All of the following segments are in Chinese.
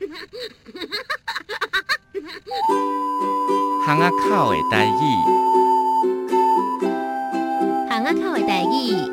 巷仔口的台语， 巷仔口的台语。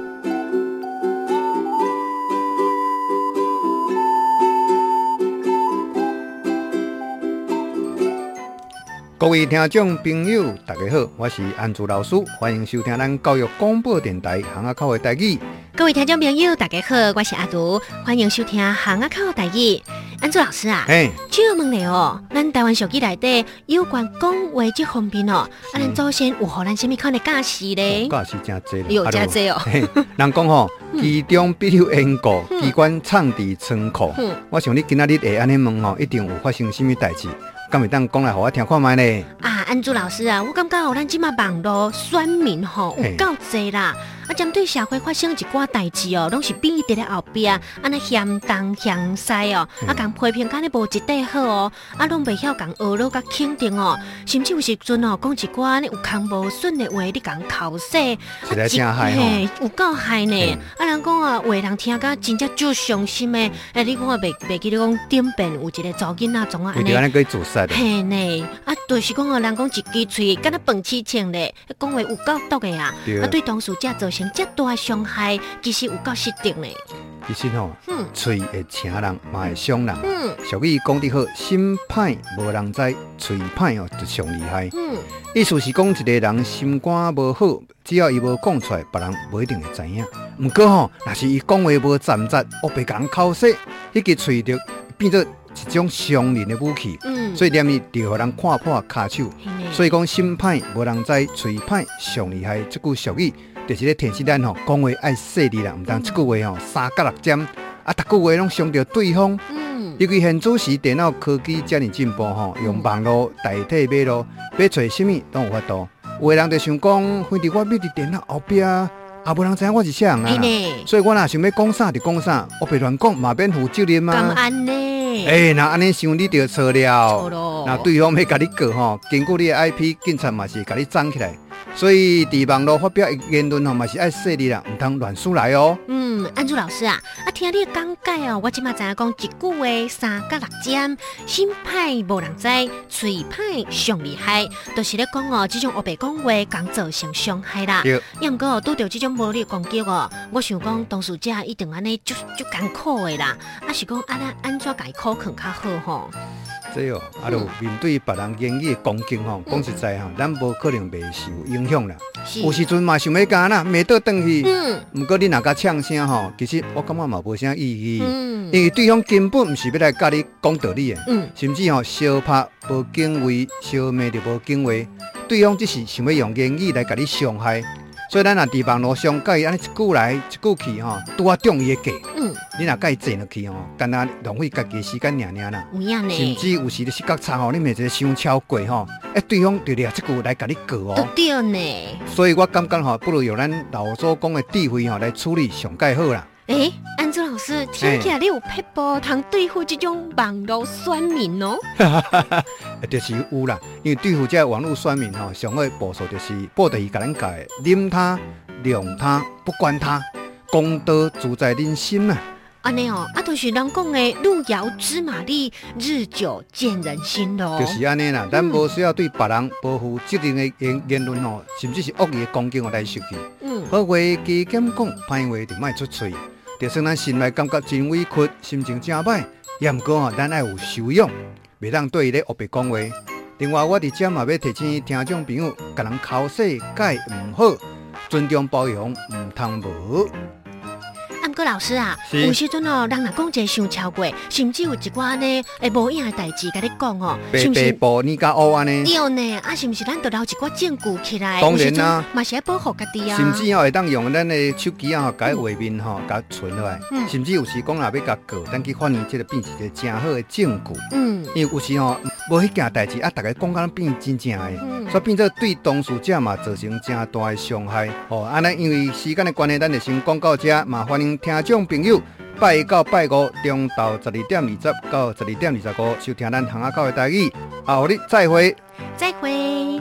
各位听众朋友，大家好，我是安珠老师，欢迎收听咱教育广播电台巷仔口的台语。 各位听众朋友，大家好，我是阿杜，欢迎收听巷仔口的台语。安珠老师啊，主要问你哦，咱台湾俗语内底有关讲话这方面哦，咱祖先有互咱什么款的教示呢？ 教示真多啦， 有真多哦。 人讲吼，其中必有因果，机关藏伫仓库。我想你今仔日会安尼问吼，一定有发生什么代志。敢会当讲来，互我听看卖呢？ 啊，安珠老师啊，我感觉咱即马网络选民吼有够济啦。啊，针对社会发生一寡代志哦，拢是变伫咧后壁，安尼嫌东嫌西哦，啊，共批评敢咧无一块好哦，啊，拢袂晓共学老甲肯定哦，甚至有时阵哦，讲一寡安尼有空无顺的话，你共口说， 实在真害吼， 有够害呢。啊，人讲啊，话人听甲真正足伤心的。你看袂记得讲顶边有一个查囡仔总啊安尼， 安尼可以自杀的。 嘿呢，啊，就是讲人讲一支喙敢若饭刺青咧，讲话有够毒的啊，啊，对当事者造成遮大伤害，其实有够失定嘞。 其实吼，喙会请人，嘛会伤人。俗语讲得好，心歹无人知，喙歹哦就上厉害。意思是讲一个人心肝无好，只要伊无讲出来，别人无一定会知影。不过吼，若是伊讲话无站直，黑白讲口舌，迄个喙就变做一种伤人的武器。所以念伊就互人看破骹手。所以讲心歹无人知，喙歹上厉害。这句俗语就是咧提醒咱吼，讲话爱细腻啦，唔当一句话吼三角六尖，啊，逐句话拢伤着对方。尤其现主时电脑科技遮尔进步吼，用网络代替马路，要找什么都有法度。有的人就想讲，反正我秘伫电脑后壁，也无人知影我是啥人啊。所以我若想要讲啥就讲啥，我别乱讲嘛免负责任嘛。 咁安呢？ 那安尼想你就错了。那对方要甲你告吼，根据你的 IP， 警察嘛是甲你藏起来。所以伫网络发表言论吼，嘛是爱细腻啦，唔通乱输来哦。 安珠老师啊，听你的讲解哦，我即马知影讲一句话三角六尖，心歹无人知，喙歹上厉害，就是咧讲哦，这种黑白讲话共造成伤害啦。要毋过拄着这种暴力攻击哦，我想讲当事者一定安尼足艰苦的啦，啊是讲安怎解苦劝较好吼？ 这哦，面对别人言语的攻击吼，讲实在吼，咱无可能袂受影响啦。有时阵嘛想要干啦，骂倒转去。不过你若甲呛声吼，其实我感觉嘛无啥意义。因为对方根本毋是要来甲你讲道理的。甚至吼相拍无敬畏，相骂就无敬畏，对方只是想要用言语来甲你伤害。所以咱若伫网络上甲伊安尼一句来一句去吼，拄啊中伊的计。你若甲伊坐落去吼，干那浪费家己的时间尔啦。甚至有时就是觉差吼，你咪一个伤超过吼，对方就掠这句来甲你告哦。 对呢。 所以我感觉吼，不如用咱老祖讲的智慧吼来处理上介好啦。 安珠老师，听起来你有撇步通对付这种网络选民哦。 就是有啦，因为对付这网络选民吼，上好的步数就是报得伊甲咱教的，忍他、量他、不管他，公道自在人心啊。 安尼哦，就是人讲的路遥知马力，日久见人心咯。 就是安尼啦，咱无需要对别人不负责任的言论吼，甚至是恶意的攻击来受气。好话加减讲，歹话就莫出嘴。就算咱心内感觉真委屈，心情真歹，也毋过吼，咱爱有修养，袂当对伊咧黑白讲话。另外，我伫遮嘛要提醒听众朋友，甲人口舌改毋好，尊重包容，毋通无。 不过老师啊，有时阵哦，人若讲一个伤超过，甚至有一寡呢无影的代志，甲你讲哦，是不是？ 白你甲乌安尼？ 对呢，是不是咱得留一寡证据起来？ 当然啦， 嘛是要保护家己啊。 甚至会当用咱的手机啊，甲画面吼，甲存落来。甚至有时讲若要甲告，咱去反映这个变成一个真好的证据。因为有时吼，无迄件代志啊，大家讲甲变真正的，所以变做对当事者嘛造成真大的伤害。安尼因为时间的关系，咱就先讲到这，嘛欢迎听众朋友拜一到拜五中昼12:20到12:25收听咱巷仔口的台语，后日再会。 再会。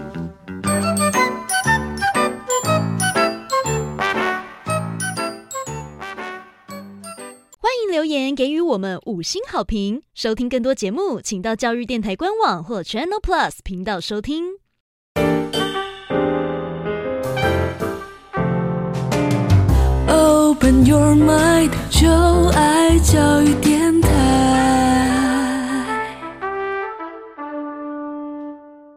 迎留言给予我们5星好评。收听更多节目，请到教育电台官网或 Channel Plus 频道收听。 Open your mind， 就爱教